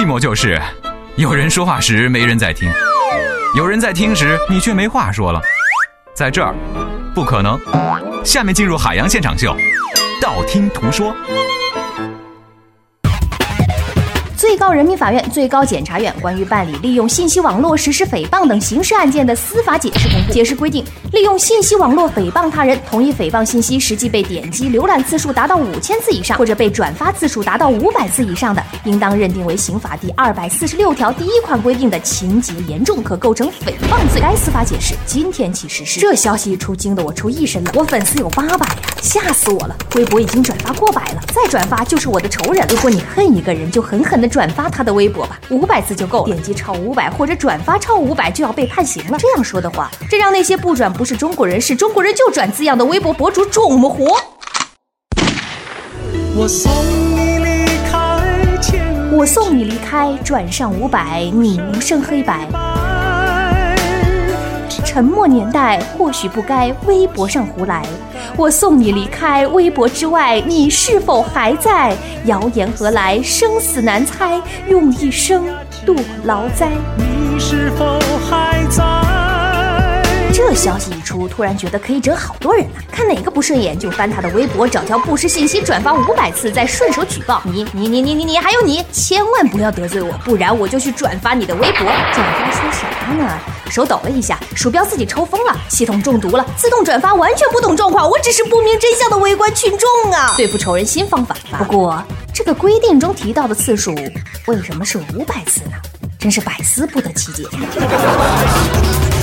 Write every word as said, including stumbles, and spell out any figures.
寞就是有人说话时没人在听，有人在听时你却没话说了。在这儿不可能。下面进入海洋现场秀，道听途说。 最高人民法院、最高检察院关于办理利用信息网络实施诽谤等刑事案件的司法解释公布。解释规定，利用信息网络诽谤他人，同一诽谤信息实际被点击浏览次数达到五千次以上，或者被转发次数达到五百次以上的，应当认定为刑法第二百四十六条第一款规定的情节严重，可构成诽谤罪。该司法解释今天起实施。这消息一出，惊得我出一身冷。我粉丝有八百呀，吓死我了！微博已经转发过百了，再转发就是我的仇人。如果你恨一个人，就狠狠的转发他的微博吧，五百次就够了。点击超五百或者转发超五百就要被判刑了。这样说的话，这让那些不转不是中国人，是中国人就转字样的微博博主肿么活。 我送你离开千我送你离开，转上五百，你无声黑白。沉默年代或许不该微博上胡来，我送你离开，微博之外你是否还在？谣言何来，生死难猜，用一生度劳灾。 你是否还在？ 这消息一出，突然觉得可以整好多人啊！看哪个不顺眼就翻他的微博，找条不实信息转发五百次，再顺手举报你你你你你你还有你，千万不要得罪我，不然我就去转发你的微博。转发说啥呢？手抖了一下，鼠标自己抽风了，系统中毒了，自动转发完全不懂状况，我只是不明真相的围观群众啊！对付仇人新方法。不过这个规定中提到的次数为什么是五百次呢？真是百思不得其解。